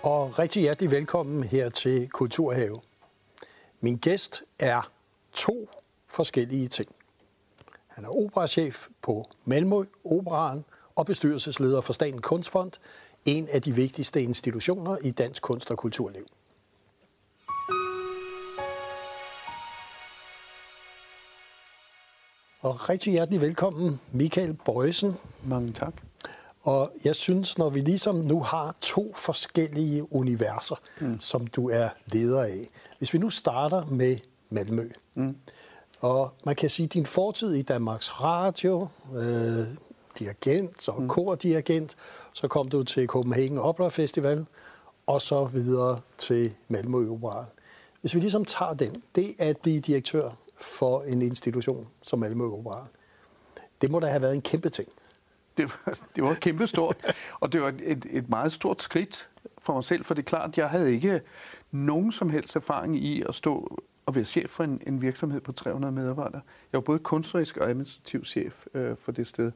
Og rigtig hjertelig velkommen her til Kulturhave. Min gæst er 2 forskellige ting. Han er operachef på Malmø Operaen og bestyrelsesleder for Statens Kunstfond, en af de vigtigste institutioner i dansk kunst- og kulturliv. Og rigtig hjertelig velkommen, Michael Bojesen. Mange tak. Og jeg synes, når vi ligesom nu har 2 forskellige universer, som du er leder af. Hvis vi nu starter med Malmø. Og man kan sige, at din fortid i Danmarks Radio, dirigent og kordirigent, så kom du til Copenhagen Opera Festival, og så videre til Malmø Operaen. Hvis vi ligesom tager den, det at blive direktør for en institution som Malmø Operaen, det må da have været en kæmpe ting. Det var kæmpestort, og det var et meget stort skridt for mig selv, for det er klart, at jeg havde ikke nogen som helst erfaring i at stå og være chef for en virksomhed på 300 medarbejdere. Jeg var både kunstnerisk og administrativ chef for det sted.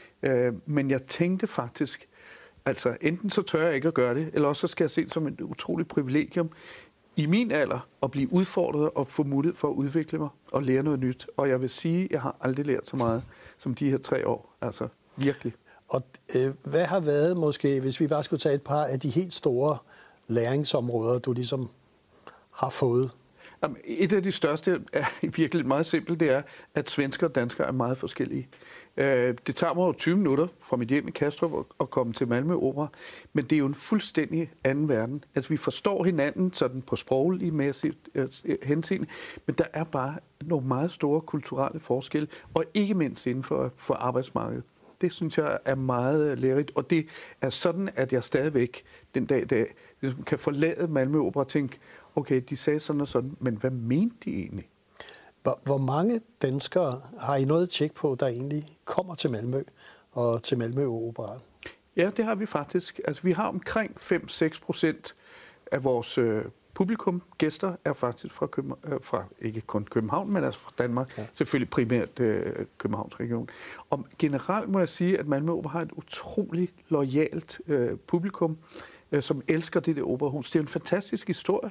Men jeg tænkte faktisk, altså enten så tør jeg ikke at gøre det, eller også så skal jeg se det som et utroligt privilegium i min alder at blive udfordret og få mulighed for at udvikle mig og lære noget nyt. Og jeg vil sige, at jeg har aldrig lært så meget som de her 3 år. Altså virkelig. Og hvad har været måske, hvis vi bare skulle tage et par af de helt store læringsområder, du ligesom har fået? Et af de største er virkelig meget simpelt, det er, at svensker og danskere er meget forskellige. Det tager mig jo 20 minutter fra mit hjem i Kastrup at komme til Malmø Opera, men det er jo en fuldstændig anden verden. Altså vi forstår hinanden sådan på sproglig mæssigt henseende, men der er bare nogle meget store kulturelle forskelle, og ikke mindst inden for arbejdsmarkedet. Det synes jeg er meget lærerigt, og det er sådan, at jeg stadigvæk den dag i dag kan forlade Malmø Opera og tænke, okay, de sagde sådan og sådan, men hvad mente de egentlig? Hvor mange danskere har I noget tjek på, der egentlig kommer til Malmø og til Malmø Operaen? Ja, det har vi faktisk. Altså, vi har omkring 5-6% af vores publikum, gæster, er faktisk fra ikke kun København, men altså fra Danmark. Ja. Selvfølgelig primært Københavnsregionen. Og generelt må jeg sige, at Malmø Opera har et utroligt loyalt publikum, som elsker det der operahus. Det er en fantastisk historie,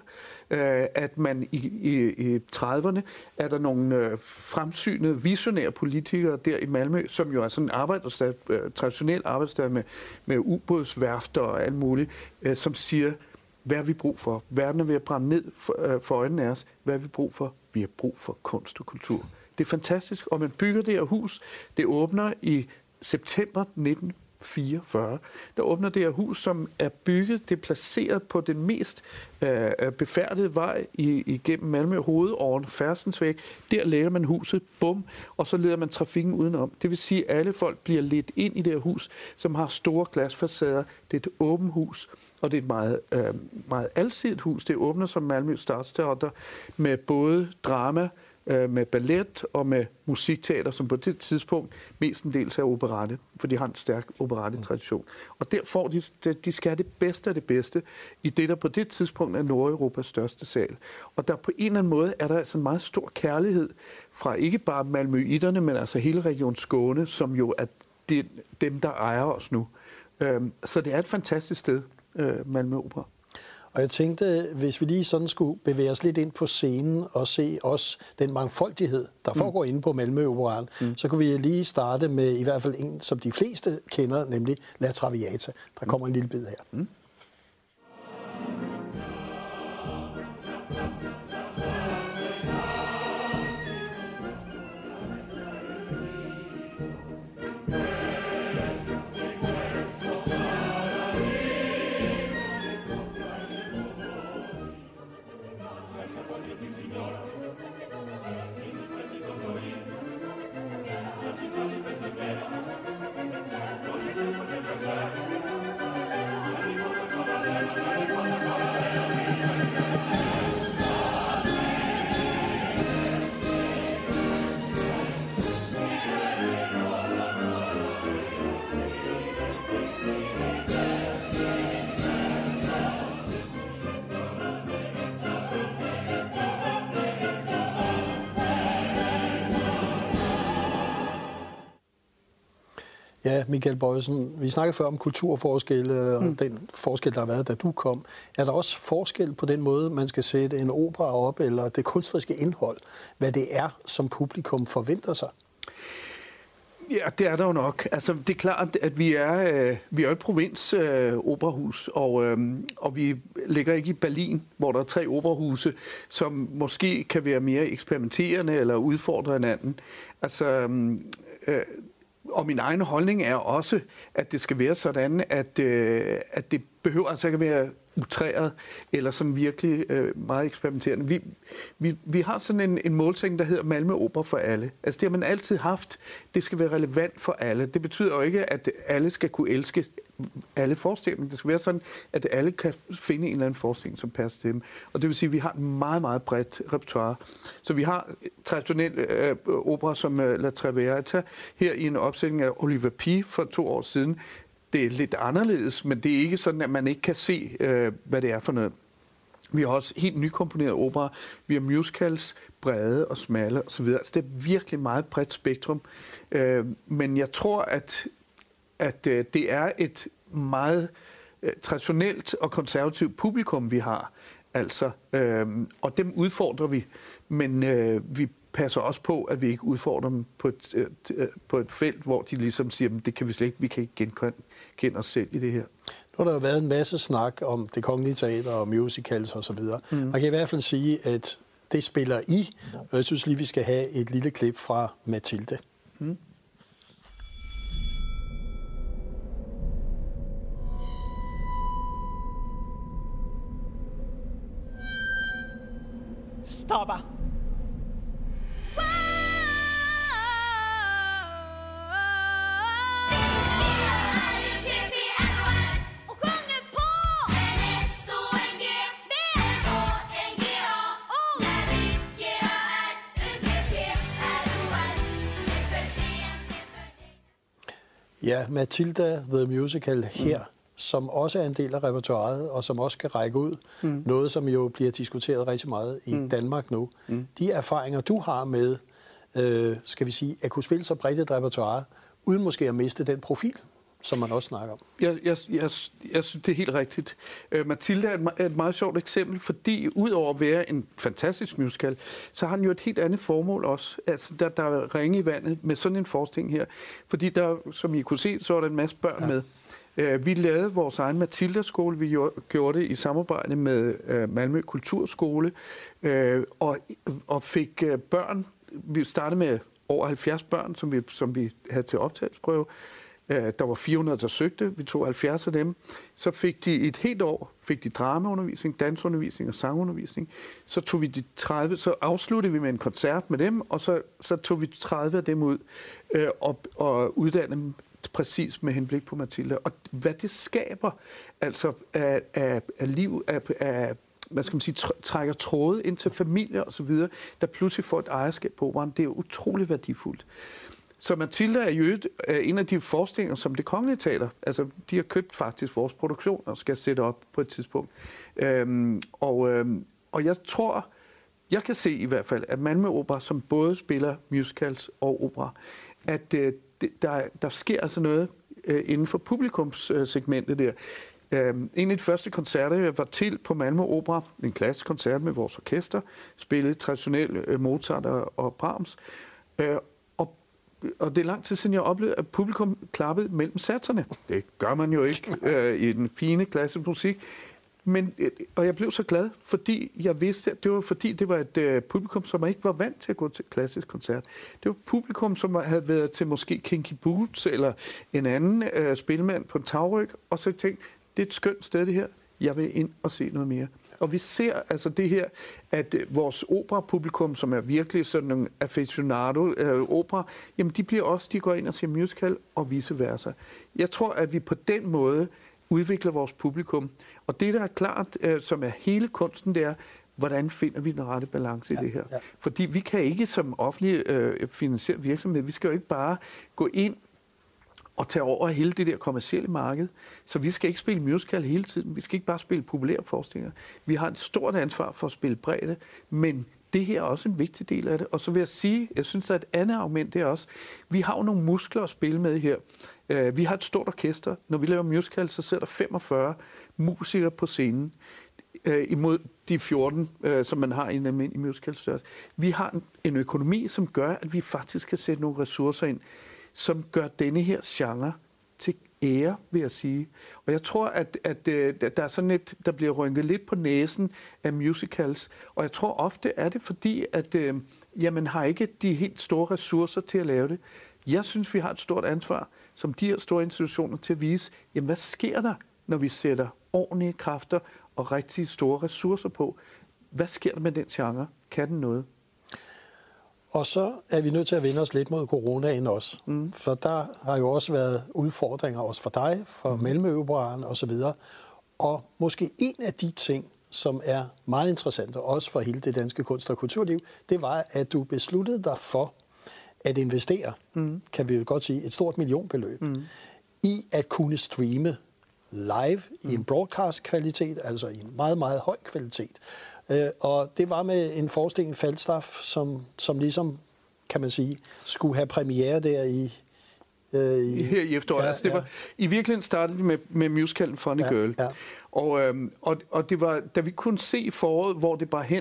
at man i 30'erne er der nogle fremsynede, visionære politikere der i Malmø, som jo er sådan en arbejderstad, traditionel arbejdsstad med ubådsværfter og alt muligt, som siger, hvad har vi brug for? Verden er ved at brænde ned for øjnene af os. Hvad har vi brug for? Vi har brug for kunst og kultur. Det er fantastisk, og man bygger det her hus. Det åbner i september 1944. Der åbner det her hus, som er bygget, det er placeret på den mest befærdede vej igennem Malmø, hovedåren Færdsensvæg. Der lægger man huset, bum, og så leder man trafikken udenom. Det vil sige, at alle folk bliver ledt ind i det her hus, som har store glasfacader. Det er et åbent hus, og det er et meget, meget alsidigt hus. Det åbner som Malmø Stadsteater med både drama, med ballet og med musikteater, som på det tidspunkt mestendels er operette, for de har en stærk operette-tradition. Og der får de skal have det bedste af det bedste i det, der på det tidspunkt er Nordeuropas største sal. Og der på en eller anden måde er der altså en meget stor kærlighed fra ikke bare malmøiterne, men altså hele Region Skåne, som jo er dem, der ejer os nu. Så det er et fantastisk sted, Malmø Opera. Og jeg tænkte, hvis vi lige sådan skulle bevæge os lidt ind på scenen og se også den mangfoldighed, der foregår inde på Malmø Operaen, så kunne vi lige starte med i hvert fald en, som de fleste kender, nemlig La Traviata. Der kommer en lille bid her. Ja, Michael Bojesen, vi snakkede før om kulturforskelle og den forskel, der har været, da du kom. Er der også forskel på den måde, man skal sætte en opera op, eller det kunstneriske indhold, hvad det er, som publikum forventer sig? Ja, det er der jo nok. Altså, det er klart, at vi er et provinsoperahus, og vi ligger ikke i Berlin, hvor der er 3 operahuse, som måske kan være mere eksperimenterende eller udfordre hinanden. Altså, og min egen holdning er også, at det skal være sådan, at det behøver altså ikke at være utræret eller sådan virkelig meget eksperimenterende. Vi har sådan en målsætning, der hedder Malmø Opera for alle. Altså det har man altid haft. Det skal være relevant for alle. Det betyder jo ikke, at alle skal kunne elske alle forestillinger. Det skal være sådan, at alle kan finde en eller anden forestilling, som passer til dem. Og det vil sige, at vi har et meget, meget bredt repertoire. Så vi har traditionel opera som La Traviata her i en opsætning af Oliver Py for 2 år siden. Det er lidt anderledes, men det er ikke sådan, at man ikke kan se, hvad det er for noget. Vi har også helt nykomponeret opera. Vi har musicals, brede og smalle osv. Så det er virkelig meget bredt spektrum. Men jeg tror, at det er et meget traditionelt og konservativt publikum, vi har. Altså, og dem udfordrer vi, men vi passer også på, at vi ikke udfordrer dem på et felt, hvor de ligesom siger, det kan vi slet ikke, vi kan ikke genkende os selv i det her. Nu har der jo været en masse snak om Det Kongelige Teater og musicals og så videre. Man kan i hvert fald sige, at det spiller I, og jeg synes lige, vi skal have et lille klip fra Mathilde. Stopper! Ja, Matilda The Musical her, som også er en del af repertoiret, og som også kan række ud. Noget, som jo bliver diskuteret rigtig meget i Danmark nu. De erfaringer, du har med, skal vi sige, at kunne spille så bredt et repertoire, uden måske at miste den profil, som man også snakker om. Jeg synes, det er helt rigtigt. Mathilda er et meget sjovt eksempel, fordi udover at være en fantastisk musical, så har den jo et helt andet formål også. Altså, der er ringe i vandet med sådan en forestilling her. Fordi der, som I kunne se, så var der en masse børn med. Vi lavede vores egen Mathilda-skole. Vi gjorde det i samarbejde med Malmø Kulturskole, og fik børn. Vi startede med over 70 børn, som vi havde til optagelsesprøve. Der var 400, der søgte. Vi tog 70 af dem. Så fik de et helt år dramaundervisning, dansundervisning og sangundervisning. Så tog vi de 30, så afsluttede vi med en koncert med dem, og så tog vi 30 af dem ud og uddannede dem præcis med henblik på Mathilda. Og hvad det skaber, altså af liv, af hvad skal man sige, trækker tråde ind til familier og så videre, der pludselig får et ejerskab på operaen, det er utroligt værdifuldt. Så Mathilda er jo en af de forestillinger, som Det Kongelige Teater, altså de har købt faktisk vores produktion og skal sætte op på et tidspunkt. Og jeg tror, jeg kan se i hvert fald, at Malmø Opera, som både spiller musicals og opera, at der sker altså noget inden for publikumssegmentet der. En af de første koncerter, jeg var til på Malmø Opera, en klassisk koncert med vores orkester, spillede traditionelt Mozart og Brahms. Og det er lang tid siden, jeg oplevede, at publikum klappede mellem satserne. Det gør man jo ikke i den fine klassiske musik. Og jeg blev så glad, fordi jeg vidste, at det var et publikum, som ikke var vant til at gå til klassisk koncert. Det var publikum, som havde været til måske Kinky Boots eller en anden spilmand på en tagryg, og så tænkte, det er et skønt sted det her. Jeg vil ind og se noget mere. Og vi ser altså det her, at vores operapublikum, som er virkelig sådan en aficionado opera, jamen de går ind og ser musical og vice versa. Jeg tror, at vi på den måde udvikler vores publikum. Og det, der er klart, som er hele kunsten, det er, hvordan finder vi den rette balance i det her? Ja. Fordi vi kan ikke som offentlig finansieret virksomhed, vi skal jo ikke bare gå ind og tage over hele det der kommercielle marked. Så vi skal ikke spille musical hele tiden. Vi skal ikke bare spille populære forestillinger. Vi har et stort ansvar for at spille bredde, men det her er også en vigtig del af det. Og så vil jeg sige, jeg synes, at et andet argument det er også, vi har jo nogle muskler at spille med her. Vi har et stort orkester. Når vi laver musical, så sætter 45 musikere på scenen imod de 14, som man har i en almindelig musical. Vi har en økonomi, som gør, at vi faktisk kan sætte nogle ressourcer ind, som gør denne her genre til ære, vil jeg sige. Og jeg tror, at der er sådan et, der bliver rynket lidt på næsen af musicals, og jeg tror ofte er det fordi, at man har ikke de helt store ressourcer til at lave det. Jeg synes, vi har et stort ansvar, som de her store institutioner, til at vise, jamen hvad sker der, når vi sætter ordentlige kræfter og rigtig store ressourcer på? Hvad sker der med den genre? Kan den noget? Og så er vi nødt til at vende os lidt mod coronaen også. For der har jo også været udfordringer også for dig, for Malmø-operaen osv. Og måske en af de ting, som er meget interessante, også for hele det danske kunst- og kulturliv, det var, at du besluttede dig for at investere, kan vi jo godt sige, et stort millionbeløb, i at kunne streame live i en broadcast-kvalitet, altså i en meget, meget høj kvalitet. Og det var med en forestilling Falstaff, som ligesom, kan man sige, skulle have premiere der her i efteråret. Ja, altså, det var, i virkeligheden startede det med musicalen Funny Girl. Ja. Og det var, da vi kunne se i foråret, hvor det bare hen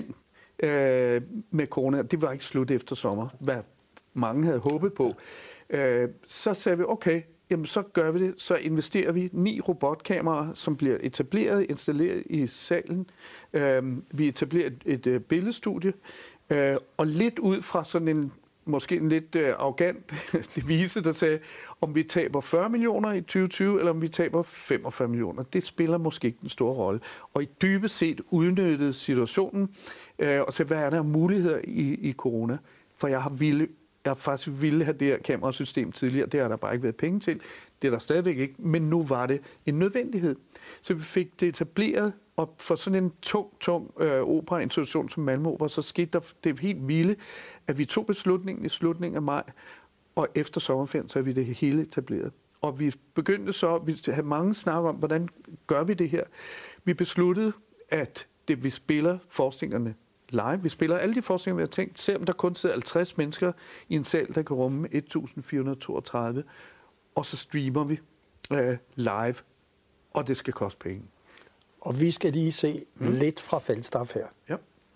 med corona, det var ikke slut efter sommer, hvad mange havde håbet på. Så sagde vi, okay, jamen så gør vi det. Så investerer vi 9 robotkameraer, som bliver etableret, installeret i salen. Vi etablerer et billedstudie. Og lidt ud fra sådan en, måske en lidt arrogant devise, der sagde, om vi taber 40 millioner i 2020, eller om vi taber 45 millioner. Det spiller måske ikke den store rolle. Og i dybest set udnyttede situationen, og så hvad er der muligheder i corona? For jeg har faktisk ville have det her kamerasystem tidligere. Det har der bare ikke været penge til. Det er der stadigvæk ikke. Men nu var det en nødvendighed. Så vi fik det etableret, og for sådan en tung operainstitution som Malmø Opera, så skete der det helt vilde, at vi tog beslutningen i slutningen af maj, og efter sommerferien, så er vi det hele etableret. Og vi begyndte så, vi havde mange snak om, hvordan gør vi det her. Vi besluttede, at vi spiller forestillingerne live. Vi spiller alle de forestillinger, vi har tænkt, selvom der kun sidder 50 mennesker i en sal, der kan rumme 1432, og så streamer vi live, og det skal koste penge. Og vi skal lige se lidt fra Falstaff her. Ja.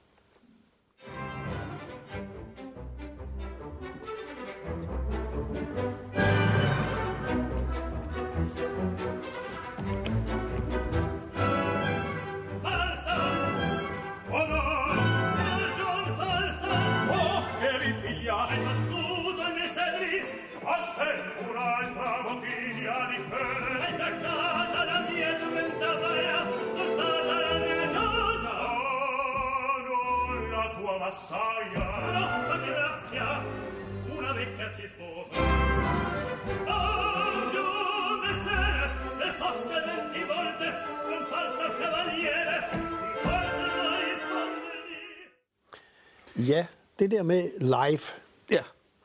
Ja, det der med live. Ja.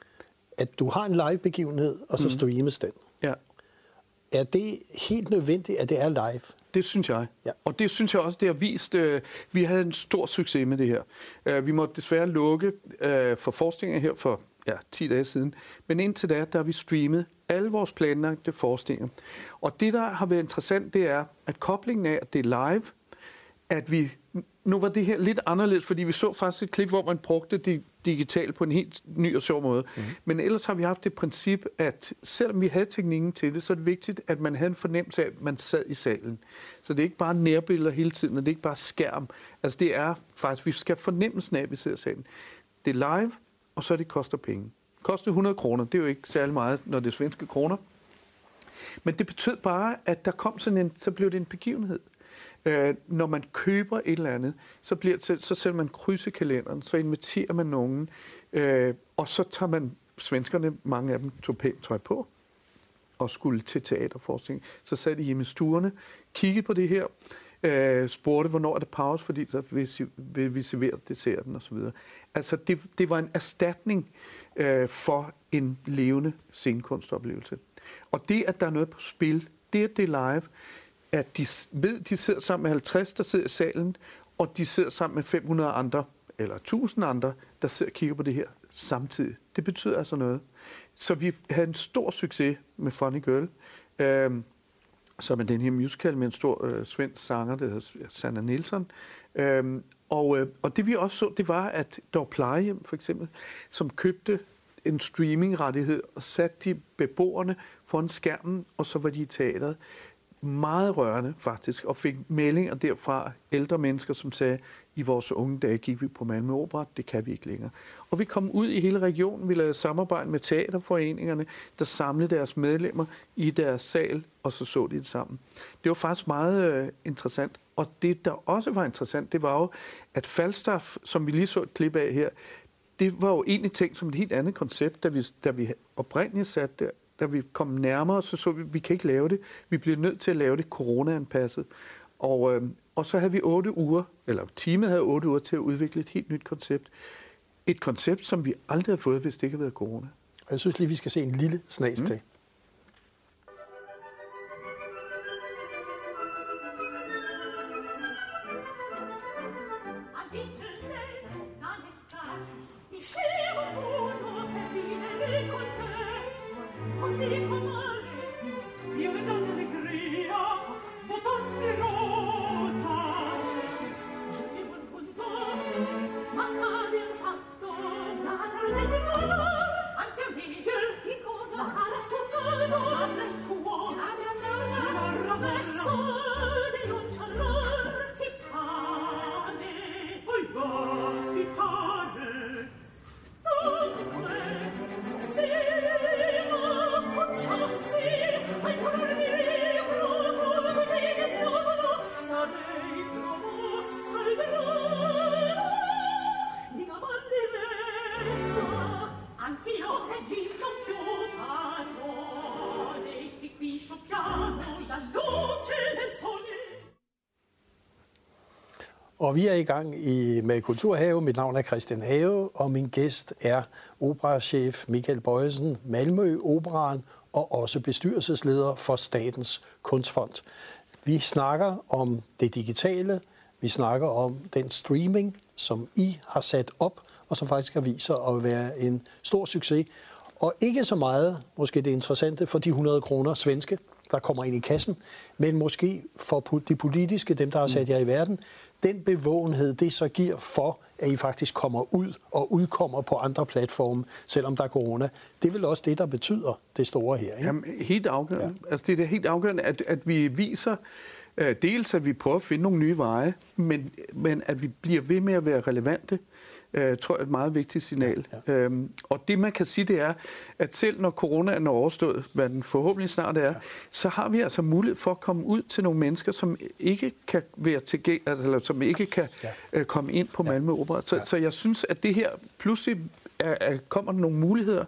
At du har en live-begivenhed, og så streames den. Ja. Er det helt nødvendigt, at det er live? Det synes jeg. Ja. Og det synes jeg også, det har vist. Vi havde en stor succes med det her. Vi måtte desværre lukke for forestillinger her for 10 dage siden. Men indtil da, der har vi streamet alle vores planlagte forestillinger. Og det, der har været interessant, det er, at koblingen af, at det er live, at vi... Nu var det her lidt anderledes, fordi vi så faktisk et klip, hvor man brugte det digitalt på en helt ny og sjov måde. Men ellers har vi haft det princip, at selvom vi havde teknikken til det, så er det vigtigt, at man havde en fornemmelse af, at man sad i salen. Så det er ikke bare nærbilleder hele tiden, og det er ikke bare skærm. Altså det er faktisk, vi skal fornemmelsen af, at vi sidder i salen. Det er live, og så det koster penge. Det koster 100 kroner, det er jo ikke særlig meget, når det er svenske kroner. Men det betød bare, at der kom så blev det en begivenhed. Når man køber et eller andet, så sætter man kryds i kalenderen, så inviterer man nogen, og så tager man, svenskerne, mange af dem tog pænt tøj på, og skulle til teaterforestilling. Så sad de hjemme i stuerne, kiggede på det her, spurgte, hvornår er det pause, fordi så vil vi servere desserten osv. Altså, det var en erstatning for en levende scenekunstoplevelse. Og det, at der er noget på spil, det er live, at de sidder sammen med 50, der sidder i salen, og de sidder sammen med 500 andre eller 1000 andre, der sidder og kigger på det her samtidig. Det betyder altså noget. Så vi havde en stor succes med Funny Girl, som er den her musical med en stor svensk sanger, der hedder Sanna Nilsson. Og det vi også så, det var, at der var plejehjem for eksempel, som købte en streamingrettighed og satte de beboerne foran skærmen, og så var de i teateret. Meget rørende faktisk, og fik meldinger derfra ældre mennesker, som sagde, i vores unge dage gik vi på Malmø Opera, det kan vi ikke længere. Og vi kom ud i hele regionen, vi lavede samarbejde med teaterforeningerne, der samlede deres medlemmer i deres sal, og så de det sammen. Det var faktisk meget interessant. Og det, der også var interessant, det var jo, at Falstaff, som vi lige så et klip af her, det var jo egentlig tænkt som et helt andet koncept, da vi oprindeligt satte der. Da vi kom nærmere, så vi kan ikke lave det. Vi bliver nødt til at lave det corona-anpasset. Og så havde vi 8 uger, eller teamet havde 8 uger til at udvikle et helt nyt koncept. Et koncept, som vi aldrig havde fået, hvis det ikke havde været corona. Jeg synes lige, vi skal se en lille snas til. Og vi er i gang med Kulturhave. Mit navn er Christian Have, og min gæst er operachef Michael Bojesen, Malmø Operaen og også bestyrelsesleder for Statens Kunstfond. Vi snakker om det digitale, vi snakker om den streaming, som I har sat op, og som faktisk har vist sig at være en stor succes. Og ikke så meget, måske det interessante, for de 100 kroner svenske, der kommer ind i kassen, men måske for de politiske, dem der har sat jer i verden, den bevågenhed, det så giver for, at I faktisk kommer ud og udkommer på andre platforme, selvom der er corona. Det er vel også det, der betyder det store her, ikke? Jamen, helt afgørende. Ja. Altså, det er helt afgørende, at vi viser dels, at vi prøver at finde nogle nye veje, men at vi bliver ved med at være relevante, tror jeg er et meget vigtigt signal. Ja. Og det, man kan sige, det er, at selv når coronaen er overstået, hvad den forhåbentlig snart er, så har vi altså mulighed for at komme ud til nogle mennesker, som ikke kan være eller som ikke kan komme ind på Malmø Opera. Så jeg synes, at det her pludselig kommer der nogle muligheder,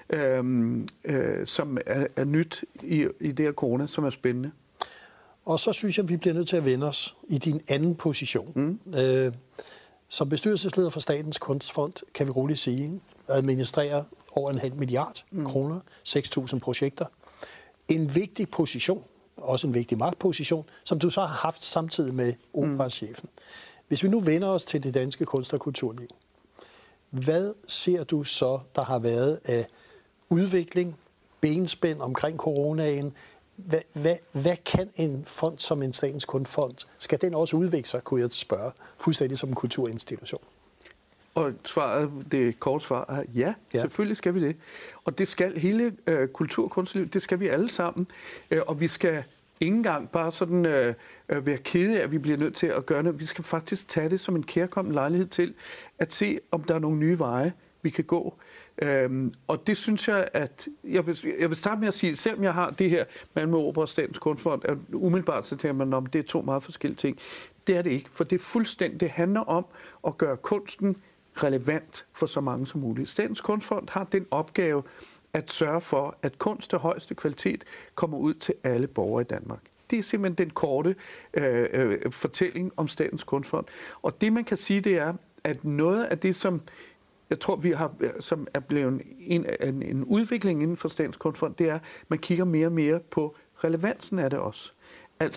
som er nyt i det her corona, som er spændende. Og så synes jeg, at vi bliver nødt til at vende os i din anden position. Som bestyrelsesleder for Statens Kunstfond, kan vi roligt sige, administrerer over 0,5 milliard kroner, 6.000 projekter. En vigtig position, også en vigtig magtposition, som du så har haft samtidig med operachefen. Hvis vi nu vender os til det danske kunst- og kulturliv, hvad ser du så, der har været af udvikling, benspænd omkring coronaen? Hvad kan en fond som en Statens Kunstfond, skal den også udvikle sig, kunne jeg spørge, fuldstændig som en kulturinstitution? Og det korte svar er ja, selvfølgelig skal vi det. Og det skal hele kultur- og kunstlivet, det skal vi alle sammen. Og vi skal ikke engang bare sådan være kede af, at vi bliver nødt til at gøre det. Vi skal faktisk tage det som en kærkommen lejlighed til at se, om der er nogle nye veje, vi kan gå. Og det synes jeg, at jeg vil starte med at sige, selvom jeg har det her Malmø Opera og Statens Kunstfond, at umiddelbart så tænker man, at det er 2 meget forskellige ting. Det er det ikke, for det er fuldstændig, det handler om at gøre kunsten relevant for så mange som muligt. Statens Kunstfond har den opgave at sørge for, at kunst af højeste kvalitet kommer ud til alle borgere i Danmark. Det er simpelthen den korte fortælling om Statens Kunstfond. Og det man kan sige, det er, at noget af det, som jeg tror, vi har, som er blevet en udvikling inden for Statens Kunstfond, det er, at man kigger mere og mere på relevansen af det også. Altså,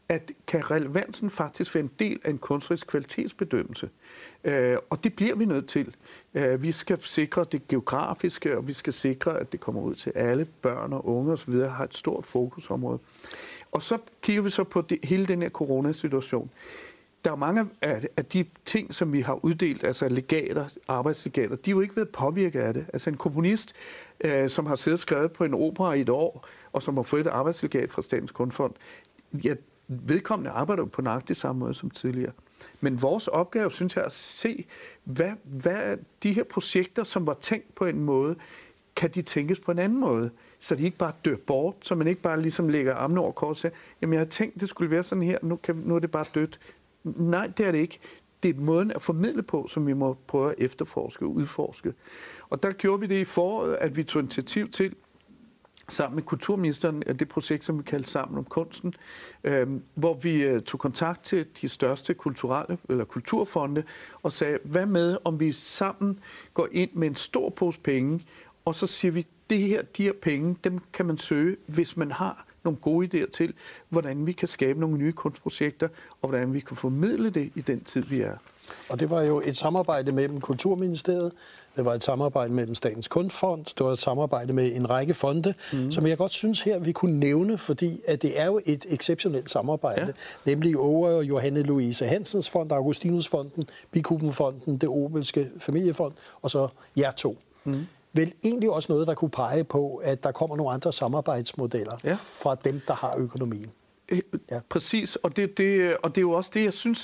at kan relevansen faktisk være en del af en kunstnerisk kvalitetsbedømmelse. Og det bliver vi nødt til. Vi skal sikre det geografiske, og vi skal sikre, at det kommer ud til alle børn og unge osv., har et stort fokusområde. Og så kigger vi så på hele den her coronasituation. Der er mange af de ting, som vi har uddelt, altså legater, arbejdslegater, de er jo ikke været påvirket af det. Altså en komponist, som har siddet og skrevet på en opera i et år, og som har fået et arbejdslegat fra Statens Kunstfond, ja, vedkommende arbejder på nøjagtig samme måde som tidligere. Men vores opgave, synes jeg, er at se, hvad de her projekter, som var tænkt på en måde, kan de tænkes på en anden måde, så de ikke bare dør bort, så man ikke bare ligesom lægger armene over kort og siger, jamen jeg har tænkt, det skulle være sådan her, nu er det bare dødt. Nej, det er det ikke. Det er måden at formidle på, som vi må prøve at efterforske og udforske. Og der gjorde vi det i foråret, at vi tog initiativ til, sammen med kulturministeren, det projekt, som vi kaldte Sammen om kunsten, hvor vi tog kontakt til de største kulturfonde og sagde, hvad med, om vi sammen går ind med en stor pose penge, og så siger vi, de her penge, dem kan man søge, hvis man har nogle gode idéer til, hvordan vi kan skabe nogle nye kunstprojekter, og hvordan vi kan formidle det i den tid, vi er. Og det var jo et samarbejde mellem Kulturministeriet, det var et samarbejde mellem Statens Kunstfond, det var et samarbejde med en række fonde, som jeg godt synes her, vi kunne nævne, fordi at det er jo et exceptionelt samarbejde, nemlig Åge og Johanne Louise Hansens fond, Augustinusfonden, Bikubenfonden, Det Obelske Familiefond, og så jer to. Vel egentlig også noget, der kunne pege på, at der kommer nogle andre samarbejdsmodeller fra dem, der har økonomien. Ja. Præcis, og det er jo også det, jeg synes,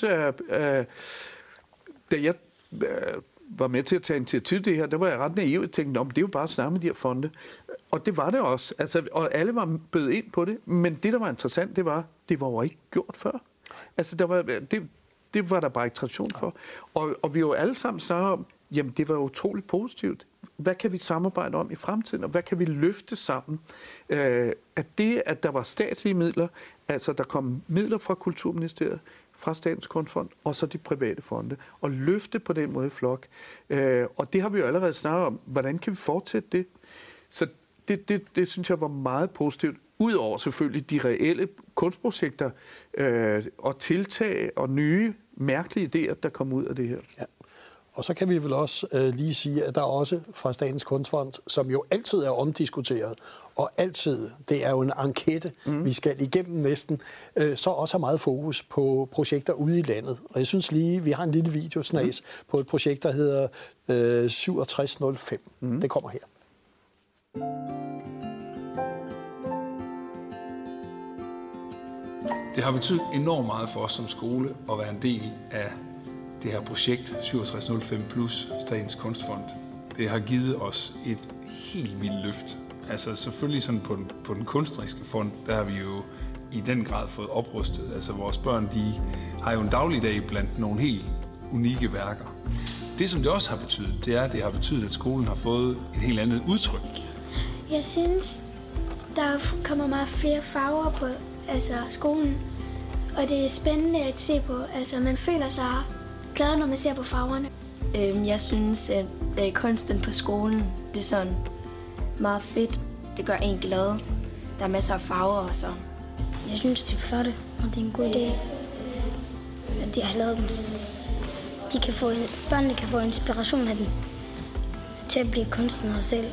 da jeg var med til at tage initiativ til det her, der var jeg ret naiv og tænkte, det er jo bare at snakke med de her fonde. Og det var det også. Altså, og alle var bød ind på det, men det, der var interessant, det var jo ikke gjort før. Altså, det var der bare ikke tradition for. Og vi jo alle sammen snakker om, jamen, det var utroligt positivt. Hvad kan vi samarbejde om i fremtiden, og hvad kan vi løfte sammen? At der var statslige midler, altså der kom midler fra Kulturministeriet, fra Statens Kunstfond, og så de private fonde, og løfte på den måde i flok. Og det har vi jo allerede snakket om. Hvordan kan vi fortsætte det? Så det synes jeg var meget positivt. Udover selvfølgelig de reelle kunstprojekter og tiltag og nye, mærkelige idéer, der kom ud af det her. Ja. Og så kan vi vel også lige sige, at der også fra Statens Kunstfond, som jo altid er omdiskuteret, og altid, det er jo en ankette, vi skal igennem næsten, så også har meget fokus på projekter ude i landet. Og jeg synes lige, vi har en lille videosnas på et projekt, der hedder 6705. Det kommer her. Det har betydet enormt meget for os som skole at være en del af det her projekt 6705 plus Statens Kunstfond. Det har givet os et helt vildt løft. Altså selvfølgelig sådan på den kunstneriske fond, der har vi jo i den grad fået oprustet. Altså vores børn, de har jo en dagligdag blandt nogle helt unikke værker. Det som det også har betydet, det er, at det har betydet, at skolen har fået et helt andet udtryk. Jeg synes, der kommer meget flere farver på skolen, og det er spændende at se på. Altså man føler sig glad, når man ser på farverne. Jeg synes, at kunsten på skolen, det er sådan meget fedt. Det gør en glad. Der er masser af farver og så. Jeg synes, det er flotte, og det er en god idé, at de har lavet dem. Børnene kan få inspiration af dem til at blive kunstnere selv.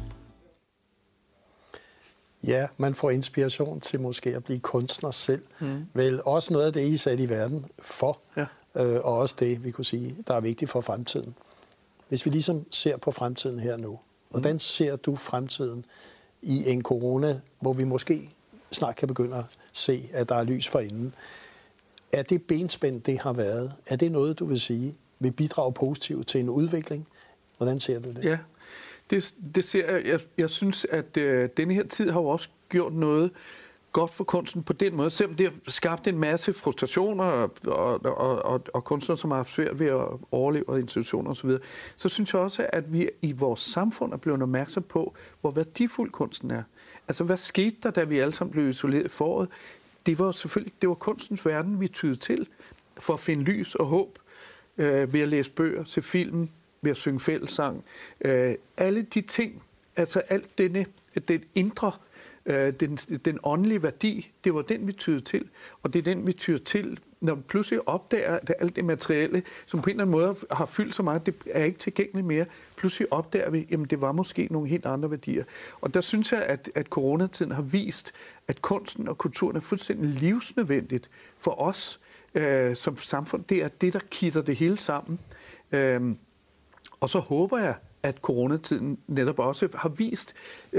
Ja, man får inspiration til måske at blive kunstner selv. Vel også noget af det, I satte i verden for. Ja. Og også det, vi kunne sige, der er vigtigt for fremtiden. Hvis vi ligesom ser på fremtiden her nu, hvordan ser du fremtiden i en corona, hvor vi måske snart kan begynde at se, at der er lys for enden? Er det benspænd, det har været? Er det noget, du vil sige, vil bidrage positivt til en udvikling? Hvordan ser du det? Ja, det ser jeg. Jeg synes, at denne her tid har jo også gjort noget godt for kunsten på den måde. Selvom det har skabt en masse frustrationer og kunstnere, som har haft svært ved at overleve institutioner osv., så synes jeg også, at vi i vores samfund er blevet opmærksom på, hvor værdifuld kunsten er. Altså, hvad skete der, da vi alle sammen blev isoleret i foråret? Det var kunstens verden, vi tydede til for at finde lys og håb ved at læse bøger, se film, ved at synge fællessang. Alle de ting, altså alt det indre Den åndelige værdi, det var den, vi tydede til. Og det er den, vi tyder til, når vi pludselig opdager, at alt det materielle, som på en eller anden måde har fyldt så meget, det er ikke tilgængeligt mere. Pludselig opdager vi, jamen det var måske nogle helt andre værdier. Og der synes jeg, at coronatiden har vist, at kunsten og kulturen er fuldstændig livsnødvendigt for os som samfund. Det er det, der kitter det hele sammen. Og så håber jeg, at coronatiden netop også har vist,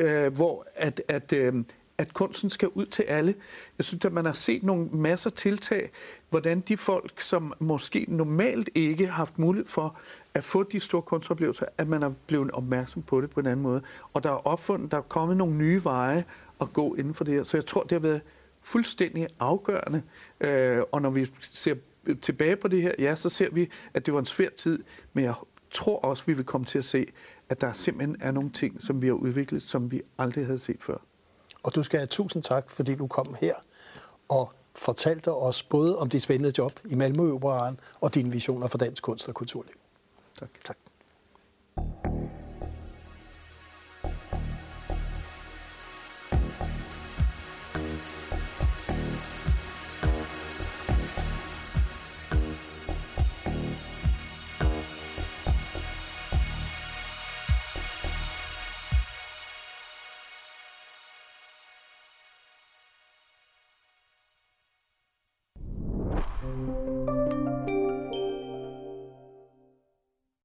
at kunsten skal ud til alle. Jeg synes, at man har set nogle masser tiltag, hvordan de folk, som måske normalt ikke har haft mulighed for at få de store kunstoplevelser, at man er blevet opmærksom på det på en anden måde. Og der er kommet nogle nye veje at gå inden for det her. Så jeg tror, det har været fuldstændig afgørende. Og når vi ser tilbage på det her, ja, så ser vi, at det var en svær tid, men jeg tror også, vi vil komme til at se, at der simpelthen er nogle ting, som vi har udviklet, som vi aldrig havde set før. Og du skal have tusind tak, fordi du kom her og fortalte os både om dit spændende job i Malmø Operaen og dine visioner for dansk kunst og kulturliv. Tak. Tak.